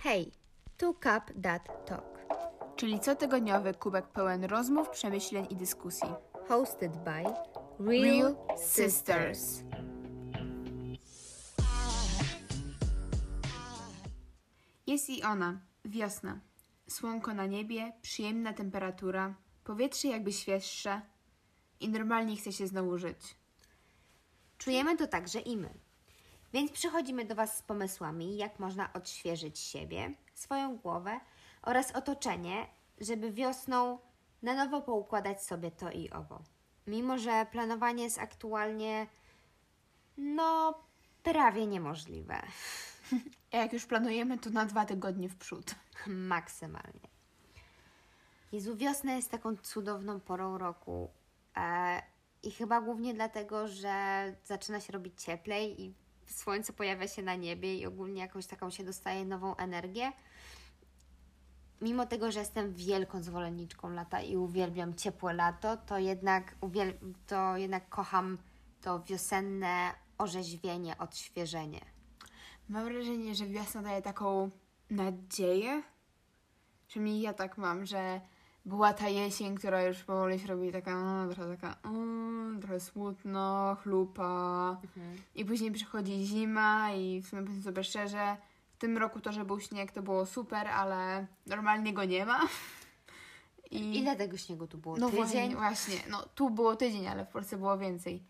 Hej, two cup that talk. Czyli cotygodniowy kubek pełen rozmów, przemyśleń i dyskusji. Hosted by Real Sisters. Jest i ona, wiosna. Słonko na niebie, przyjemna temperatura, powietrze jakby świeższe i normalnie chce się znowu żyć. Czujemy to także i my. Więc przychodzimy do Was z pomysłami, jak można odświeżyć siebie, swoją głowę oraz otoczenie, żeby wiosną na nowo poukładać sobie to i owo. Mimo że planowanie jest aktualnie, prawie niemożliwe. A jak już planujemy, to na 2 tygodnie w przód. Maksymalnie. Jezu, wiosna jest taką cudowną porą roku i chyba głównie dlatego, że zaczyna się robić cieplej i słońce pojawia się na niebie i ogólnie jakąś taką się dostaje nową energię. Mimo tego, że jestem wielką zwolenniczką lata i uwielbiam ciepłe lato, to jednak kocham to wiosenne orzeźwienie, odświeżenie. Mam wrażenie, że wiosna daje taką nadzieję. Przynajmniej ja tak mam, że była ta jesień, która już powoli się robi trochę smutno, chlupa. I później przychodzi zima i w sumie powiem sobie szczerze, w tym roku to, że był śnieg, to było super, ale normalnie go nie ma. Ile tego śniegu tu było? No tydzień? właśnie. No tu było tydzień, ale w Polsce było więcej.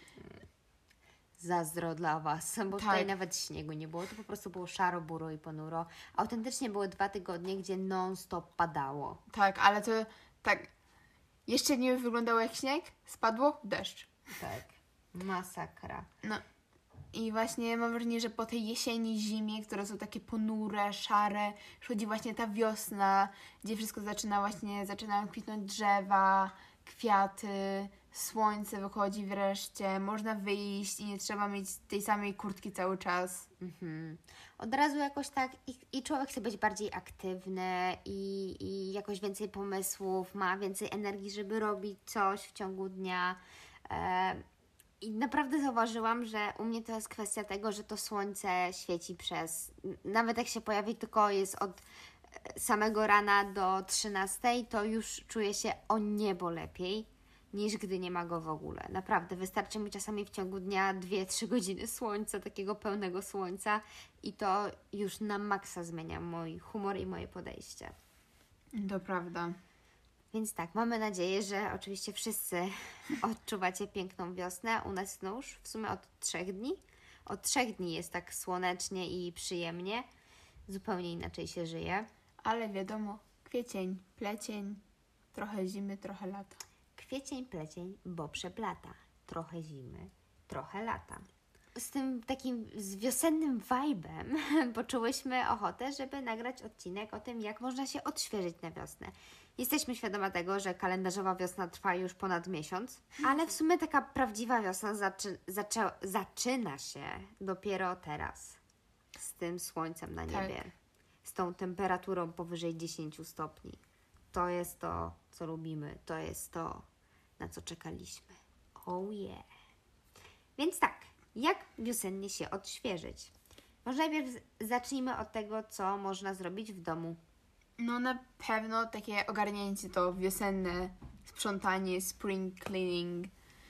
Zazdro dla Was, bo tutaj nawet śniegu nie było, to po prostu było szaro, buro i ponuro. Autentycznie były 2 tygodnie, gdzie non-stop padało. Tak, ale to tak jeszcze nie wyglądało jak śnieg, spadło deszcz. Tak, masakra. No i właśnie mam wrażenie, że po tej jesieni, zimie, które są takie ponure, szare, przychodzi właśnie ta wiosna, gdzie wszystko zaczynają kwitnąć drzewa, kwiaty, słońce wychodzi wreszcie, można wyjść i nie trzeba mieć tej samej kurtki cały czas. Od razu jakoś tak i człowiek chce być bardziej aktywny i jakoś więcej pomysłów, ma więcej energii, żeby robić coś w ciągu dnia. I naprawdę zauważyłam, że u mnie to jest kwestia tego, że to słońce świeci nawet jak się pojawi, tylko jest od samego rana do 13, to już czuję się o niebo lepiej, niż gdy nie ma go w ogóle. Naprawdę, wystarczy mi czasami w ciągu dnia 2-3 godziny słońca, takiego pełnego słońca i to już na maksa zmienia mój humor i moje podejście. To prawda. Więc tak, mamy nadzieję, że oczywiście wszyscy odczuwacie piękną wiosnę. U nas już w sumie od 3 dni. Od 3 dni jest tak słonecznie i przyjemnie. Zupełnie inaczej się żyje. Ale wiadomo, kwiecień, plecień, trochę zimy, trochę lata. Kwiecień, plecień, bo przeplata. Trochę zimy, trochę lata. Z tym takim wiosennym vibe'em poczułyśmy ochotę, żeby nagrać odcinek o tym, jak można się odświeżyć na wiosnę. Jesteśmy świadome tego, że kalendarzowa wiosna trwa już ponad miesiąc, ale w sumie taka prawdziwa wiosna zaczyna się dopiero teraz. Z tym słońcem na niebie. Tak. Z tą temperaturą powyżej 10 stopni. To jest to, co lubimy. To jest to, na co czekaliśmy. Oh yeah. Więc tak, jak wiosennie się odświeżyć? Może najpierw zacznijmy od tego, co można zrobić w domu. No na pewno takie ogarnięcie to wiosenne sprzątanie, spring cleaning,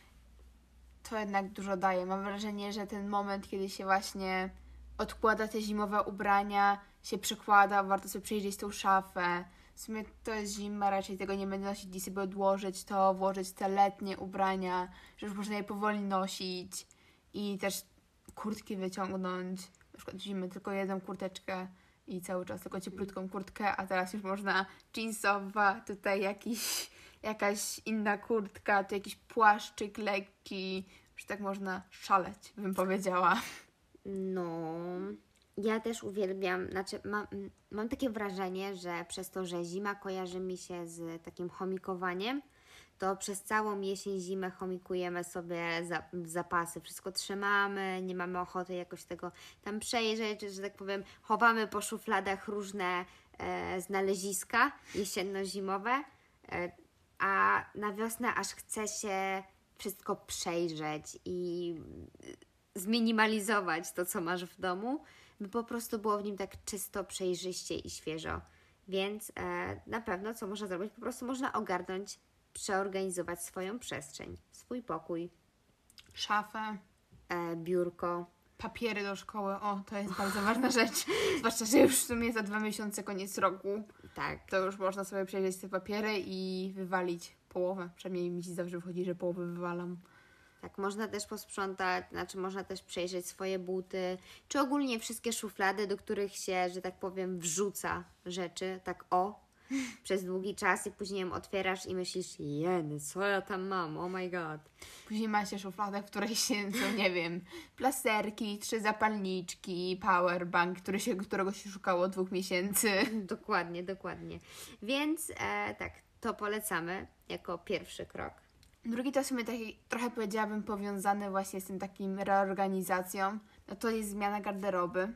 to jednak dużo daje. Mam wrażenie, że ten moment, kiedy się właśnie odkłada te zimowe ubrania, się przekłada, warto sobie przejrzeć tą szafę. W sumie to jest zima, raczej tego nie będę nosić i sobie odłożyć to, włożyć te letnie ubrania, że już można je powoli nosić i też kurtki wyciągnąć. Na przykład zimy tylko jedną kurteczkę i cały czas tylko cieplutką kurtkę, a teraz już można jeansowa, tutaj jakaś inna kurtka, tu jakiś płaszczyk lekki, już tak można szaleć, bym powiedziała. No, ja też uwielbiam, mam takie wrażenie, że przez to, że zima kojarzy mi się z takim chomikowaniem, to przez całą jesień, zimę chomikujemy sobie zapasy, wszystko trzymamy, nie mamy ochoty jakoś tego tam przejrzeć, że tak powiem, chowamy po szufladach różne znaleziska jesienno-zimowe, a na wiosnę aż chce się wszystko przejrzeć i zminimalizować to, co masz w domu, by po prostu było w nim tak czysto, przejrzyście i świeżo. Więc na pewno co można zrobić? Po prostu można ogarnąć, przeorganizować swoją przestrzeń, swój pokój, Szafę, biurko. papiery do szkoły. O, to jest bardzo ważna rzecz. Zwłaszcza, że już w sumie za 2 miesiące koniec roku. Tak, To już można sobie przejrzeć te papiery i wywalić połowę. Przynajmniej mi zawsze wychodzi, że połowę wywalam. tak, można też posprzątać, znaczy można też przejrzeć swoje buty, czy ogólnie wszystkie szuflady, do których się, że tak powiem, wrzuca rzeczy, tak przez długi czas i później ją otwierasz i myślisz, jeny, co ja tam mam, oh my god. Później macie szufladę, w której się są, nie wiem, plasterki, 3 zapalniczki, powerbank, którego się szukało od 2 miesięcy. Dokładnie, dokładnie. Więc tak, to polecamy jako pierwszy krok. Drugi to w sumie taki, trochę powiedziałabym, powiązany właśnie z tym takim reorganizacją. No to jest zmiana garderoby.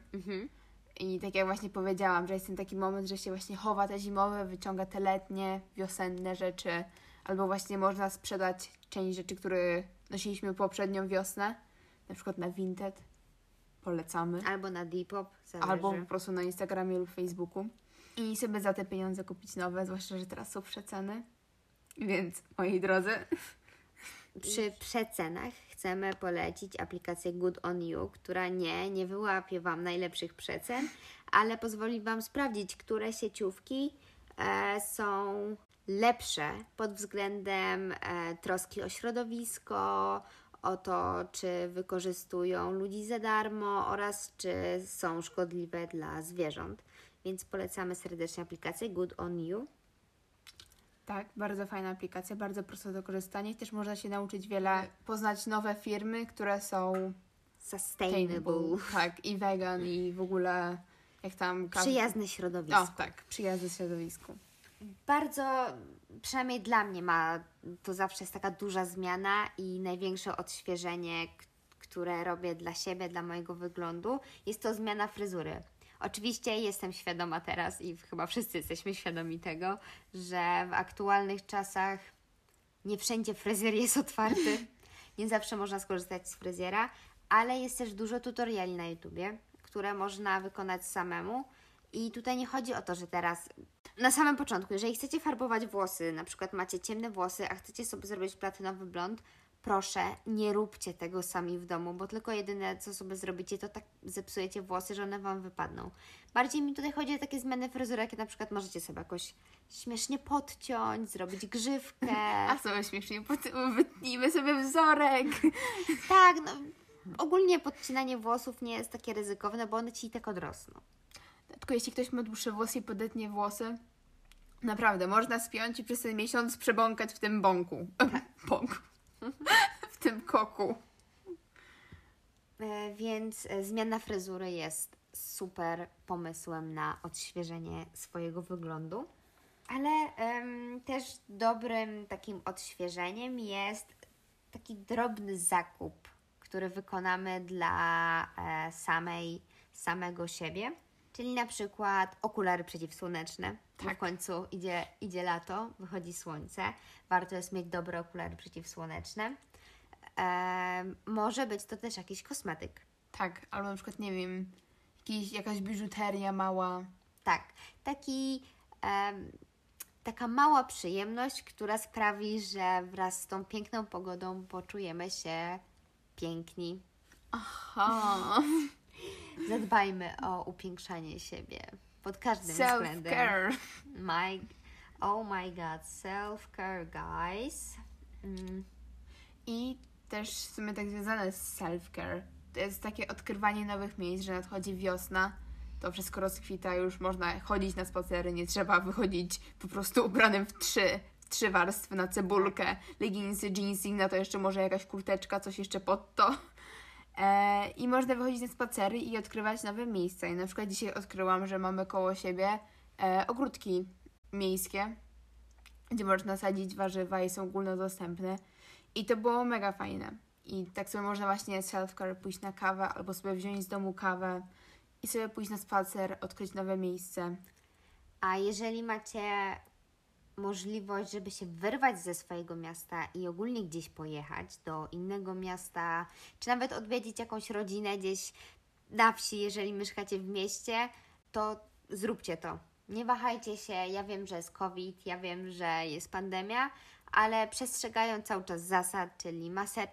I tak jak właśnie powiedziałam, że jest ten taki moment, że się właśnie chowa te zimowe, wyciąga te letnie, wiosenne rzeczy. Albo właśnie można sprzedać część rzeczy, które nosiliśmy poprzednią wiosnę. Na przykład na Vinted. Polecamy. Albo na Depop, zależy. Albo po prostu na Instagramie lub Facebooku. I sobie za te pieniądze kupić nowe, zwłaszcza, że teraz są przeceny. Więc, moi drodzy, Przy przecenach chcemy polecić aplikację Good On You, która nie wyłapie Wam najlepszych przecen, ale pozwoli Wam sprawdzić, które sieciówki są lepsze pod względem troski o środowisko, o to, czy wykorzystują ludzi za darmo oraz czy są szkodliwe dla zwierząt. Więc polecamy serdecznie aplikację Good On You. tak, bardzo fajna aplikacja, bardzo prosta do korzystania. I też można się nauczyć wiele, poznać nowe firmy, które są Sustainable. Tak, i vegan, i w ogóle jak tam... Przyjazne środowisko. O, tak, przyjazne środowisku. Bardzo, przynajmniej dla mnie to zawsze jest taka duża zmiana i największe odświeżenie, które robię dla siebie, dla mojego wyglądu, jest to zmiana fryzury. Oczywiście jestem świadoma teraz i chyba wszyscy jesteśmy świadomi tego, że w aktualnych czasach nie wszędzie fryzjer jest otwarty, nie zawsze można skorzystać z fryzjera, ale jest też dużo tutoriali na YouTubie, które można wykonać samemu i tutaj nie chodzi o to, że teraz na samym początku, jeżeli chcecie farbować włosy, na przykład macie ciemne włosy, a chcecie sobie zrobić platynowy blond, proszę, nie róbcie tego sami w domu, bo tylko jedyne, co sobie zrobicie, to tak zepsujecie włosy, że one Wam wypadną. Bardziej mi tutaj chodzi o takie zmiany fryzury, jakie na przykład możecie sobie jakoś śmiesznie podciąć, zrobić grzywkę. A sobie śmiesznie, wytnijmy sobie wzorek. Tak, no ogólnie podcinanie włosów nie jest takie ryzykowne, bo one Ci i tak odrosną. Tylko jeśli ktoś ma dłuższe włosy i podetnie włosy, naprawdę, można spiąć i przez ten miesiąc przebąkać w tym bąku. Bąku. W tym koku. Więc zmiana fryzury jest super pomysłem na odświeżenie swojego wyglądu. Ale też dobrym takim odświeżeniem jest taki drobny zakup, który wykonamy dla samego siebie. Czyli na przykład okulary przeciwsłoneczne. Bo w końcu idzie lato, wychodzi słońce. Warto jest mieć dobre okulary przeciwsłoneczne. Może być to też jakiś kosmetyk. Tak, albo na przykład, nie wiem, jakaś biżuteria mała. Tak, taka mała przyjemność, która sprawi, że wraz z tą piękną pogodą poczujemy się piękni. Aha. Zadbajmy o upiększanie siebie pod każdym względem. Self-care. Oh my god, self-care, guys. I też w sumie tak związane z self-care. To jest takie odkrywanie nowych miejsc, że nadchodzi wiosna, to wszystko rozkwita, już można chodzić na spacery, nie trzeba wychodzić po prostu ubranym w trzy warstwy na cebulkę, leginsy, jeansy, na to jeszcze może jakaś kurteczka, coś jeszcze pod to. I można wychodzić na spacery i odkrywać nowe miejsca. I na przykład dzisiaj odkryłam, że mamy koło siebie ogródki miejskie, gdzie można sadzić warzywa i są ogólnodostępne. I to było mega fajne. I tak sobie można właśnie self-care pójść na kawę albo sobie wziąć z domu kawę i sobie pójść na spacer, odkryć nowe miejsce. A jeżeli macie możliwość, żeby się wyrwać ze swojego miasta i ogólnie gdzieś pojechać do innego miasta, czy nawet odwiedzić jakąś rodzinę gdzieś na wsi, jeżeli mieszkacie w mieście, to zróbcie to. Nie wahajcie się, ja wiem, że jest COVID, ja wiem, że jest pandemia, ale przestrzegając cały czas zasad, czyli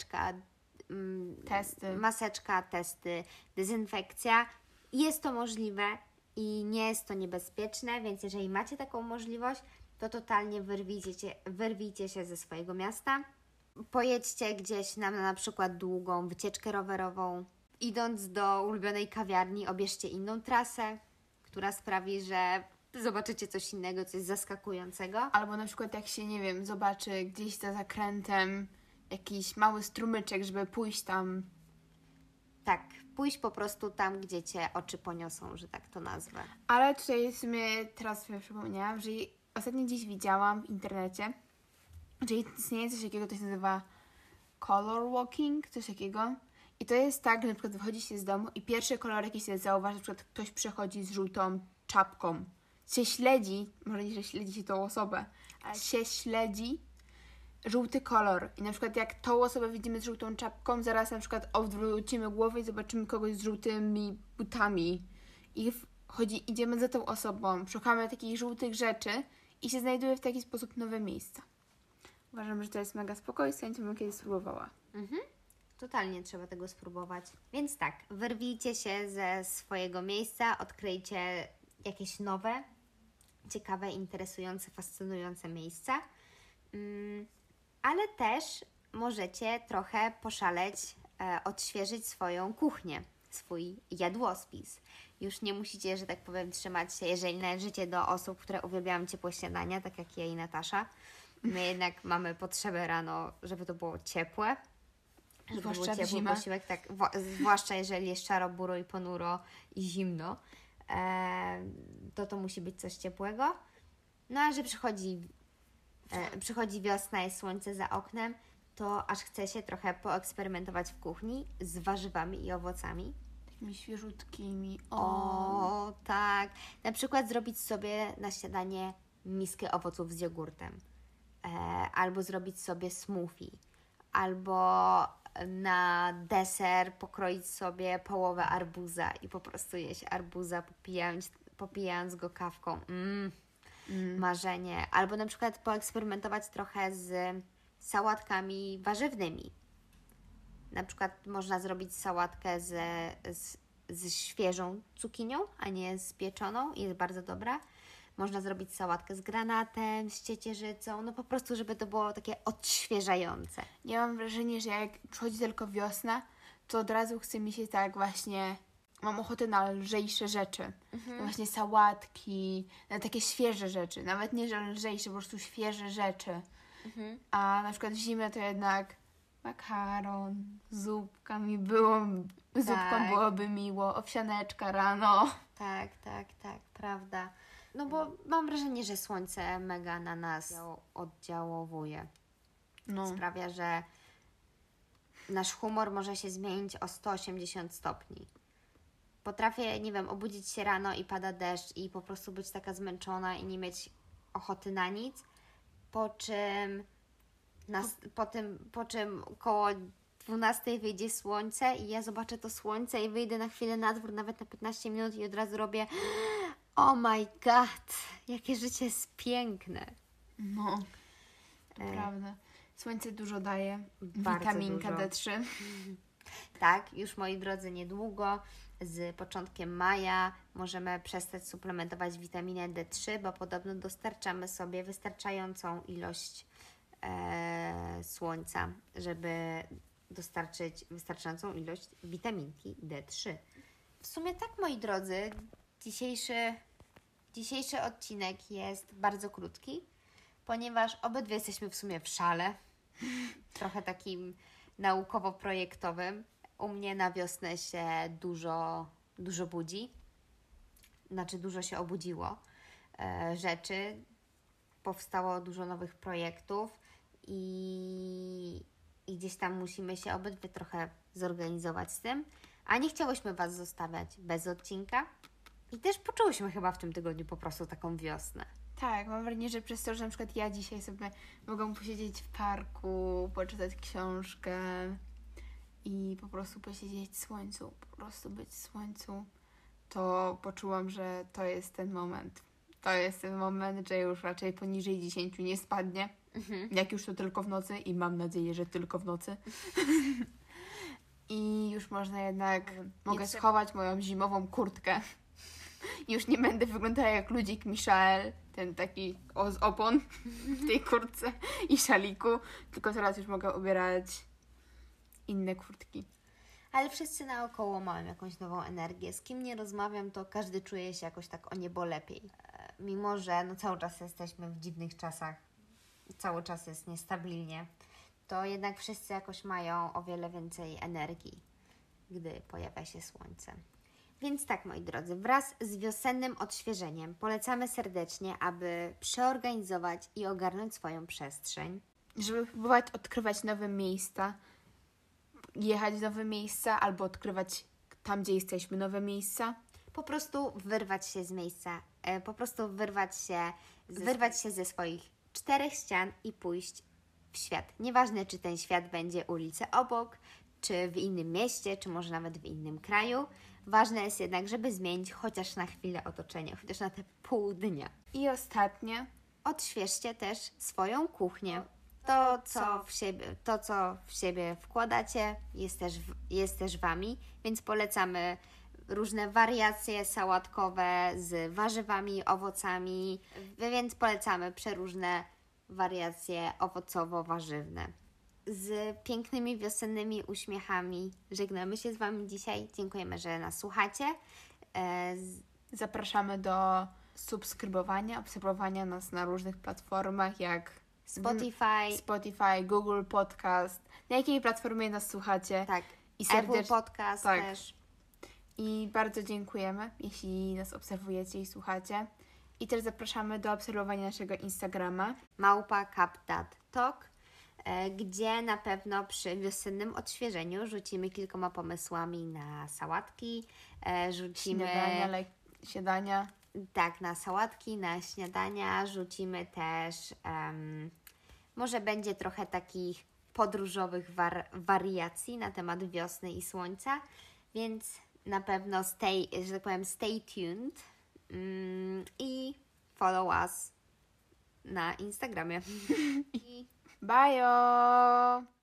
maseczka, testy, dezynfekcja, jest to możliwe i nie jest to niebezpieczne, więc jeżeli macie taką możliwość, to totalnie wyrwijcie się ze swojego miasta. Pojedźcie gdzieś na przykład długą wycieczkę rowerową. Idąc do ulubionej kawiarni, obierzcie inną trasę, która sprawi, że zobaczycie coś innego, coś zaskakującego. Albo na przykład jak się, nie wiem, zobaczy gdzieś za zakrętem jakiś mały strumyczek, żeby pójść tam. Tak, pójść po prostu tam, gdzie Cię oczy poniosą, że tak to nazwę. Ale tutaj w sumie teraz sobie przypomniałam, że ostatnio gdzieś widziałam w internecie, że istnieje coś takiego, to się nazywa color walking, coś takiego. I to jest tak, że na przykład wychodzi się z domu i pierwszy kolor, jaki się zauważy, na przykład ktoś przechodzi z żółtą czapką. Się śledzi, może nie, że śledzi się tą osobę, ale się śledzi żółty kolor. I na przykład jak tą osobę widzimy z żółtą czapką, zaraz na przykład odwrócimy głowę i zobaczymy kogoś z żółtymi butami. I idziemy za tą osobą, szukamy takich żółtych rzeczy i się znajduje w taki sposób nowe miejsca. Uważam, że to jest mega spoko i z chęcią bym kiedyś spróbowała. Totalnie trzeba tego spróbować. Więc tak, wyrwijcie się ze swojego miejsca, odkryjcie jakieś nowe, ciekawe, interesujące, fascynujące miejsca. Ale też możecie trochę poszaleć, odświeżyć swoją kuchnię, swój jadłospis. Już nie musicie, że tak powiem, trzymać się, jeżeli należycie do osób, które uwielbiają ciepłe śniadania, tak jak ja i Natasza. My jednak mamy potrzebę rano, żeby to było ciepłe. Żeby to był ciepły posiłek, tak, zwłaszcza jeżeli jest szaro, buro i ponuro i zimno, to musi być coś ciepłego. No a że przychodzi wiosna, jest słońce za oknem, to aż chce się trochę poeksperymentować w kuchni z warzywami i owocami. Takimi świeżutkimi. O, tak. Na przykład zrobić sobie na śniadanie miskę owoców z jogurtem. Albo zrobić sobie smoothie. Albo na deser pokroić sobie połowę arbuza i po prostu jeść arbuza, popijając go kawką. Marzenie. Albo na przykład poeksperymentować trochę z sałatkami warzywnymi. Na przykład można zrobić sałatkę z świeżą cukinią, a nie z pieczoną i jest bardzo dobra. Można zrobić sałatkę z granatem, z ciecierzycą, no po prostu, żeby to było takie odświeżające. Ja mam wrażenie, że jak przychodzi tylko wiosna, to od razu chce mi się tak właśnie, mam ochotę na lżejsze rzeczy. Na właśnie sałatki, na takie świeże rzeczy. Nawet nie, że lżejsze, po prostu świeże rzeczy. A na przykład w zimę to jednak makaron, zupką byłoby miło, owsianeczka rano. Tak, prawda. No bo mam wrażenie, że słońce mega na nas oddziałowuje. Sprawia, że nasz humor może się zmienić o 180 stopni. Potrafię, nie wiem, obudzić się rano i pada deszcz i po prostu być taka zmęczona i nie mieć ochoty na nic, po czym koło 12 wyjdzie słońce i ja zobaczę to słońce i wyjdę na chwilę na dwór, nawet na 15 minut i od razu robię oh my god, jakie życie jest piękne. No, to prawda. Słońce dużo daje, Bardzo witaminka dużo. D3. Tak, już moi drodzy, niedługo, z początkiem maja możemy przestać suplementować witaminę D3, bo podobno dostarczamy sobie wystarczającą ilość słońca, żeby dostarczyć wystarczającą ilość witaminki D3. W sumie tak, moi drodzy, dzisiejszy odcinek jest bardzo krótki, ponieważ obydwie jesteśmy w sumie w szale, trochę takim naukowo-projektowym. U mnie na wiosnę się dużo budzi, znaczy dużo się obudziło rzeczy, powstało dużo nowych projektów i gdzieś tam musimy się obydwie trochę zorganizować z tym, a nie chciałyśmy Was zostawiać bez odcinka i też poczułyśmy chyba w tym tygodniu po prostu taką wiosnę. Tak, mam wrażenie, że przez to, że na przykład ja dzisiaj sobie mogłam posiedzieć w parku, poczytać książkę i po prostu posiedzieć w słońcu, po prostu być w słońcu, to poczułam, że to jest ten moment. To jest ten moment, że już raczej poniżej 10 nie spadnie. Jak już to tylko w nocy i mam nadzieję, że tylko w nocy. I już można jednak, mogę schować moją zimową kurtkę. Już nie będę wyglądała jak ludzik Michael, ten taki z opon w tej kurtce i szaliku, tylko teraz już mogę ubierać inne kurtki. Ale wszyscy naokoło mają jakąś nową energię. Z kim nie rozmawiam, to każdy czuje się jakoś tak o niebo lepiej. Mimo, że no cały czas jesteśmy w dziwnych czasach, cały czas jest niestabilnie, to jednak wszyscy jakoś mają o wiele więcej energii, gdy pojawia się słońce. Więc tak, moi drodzy, wraz z wiosennym odświeżeniem polecamy serdecznie, aby przeorganizować i ogarnąć swoją przestrzeń. Żeby próbować odkrywać nowe miejsca, jechać w nowe miejsca albo odkrywać tam, gdzie jesteśmy, nowe miejsca. Po prostu wyrwać się z miejsca, po prostu wyrwać się ze swoich 4 ścian i pójść w świat. Nieważne, czy ten świat będzie ulicę obok, czy w innym mieście, czy może nawet w innym kraju. Ważne jest jednak, żeby zmienić chociaż na chwilę otoczenie, chociaż na te pół dnia. I ostatnie, Odświeżcie też swoją kuchnię. To, co w siebie wkładacie, jest też Wami, więc polecamy różne wariacje sałatkowe z warzywami, owocami, więc polecamy przeróżne wariacje owocowo-warzywne. Z pięknymi wiosennymi uśmiechami żegnamy się z Wami dzisiaj. Dziękujemy, że nas słuchacie. zapraszamy do subskrybowania, obserwowania nas na różnych platformach jak Spotify, Google Podcast, na jakiej platformie nas słuchacie. Tak, I Apple Podcast też. I bardzo dziękujemy, jeśli nas obserwujecie i słuchacie. I też zapraszamy do obserwowania naszego Instagrama. @cup.talk, gdzie na pewno przy wiosennym odświeżeniu rzucimy kilkoma pomysłami na sałatki, Śniadania. Tak, na sałatki, na śniadania, rzucimy też, może będzie trochę takich podróżowych wariacji na temat wiosny i słońca, więc na pewno stay tuned i follow us na Instagramie. Bye!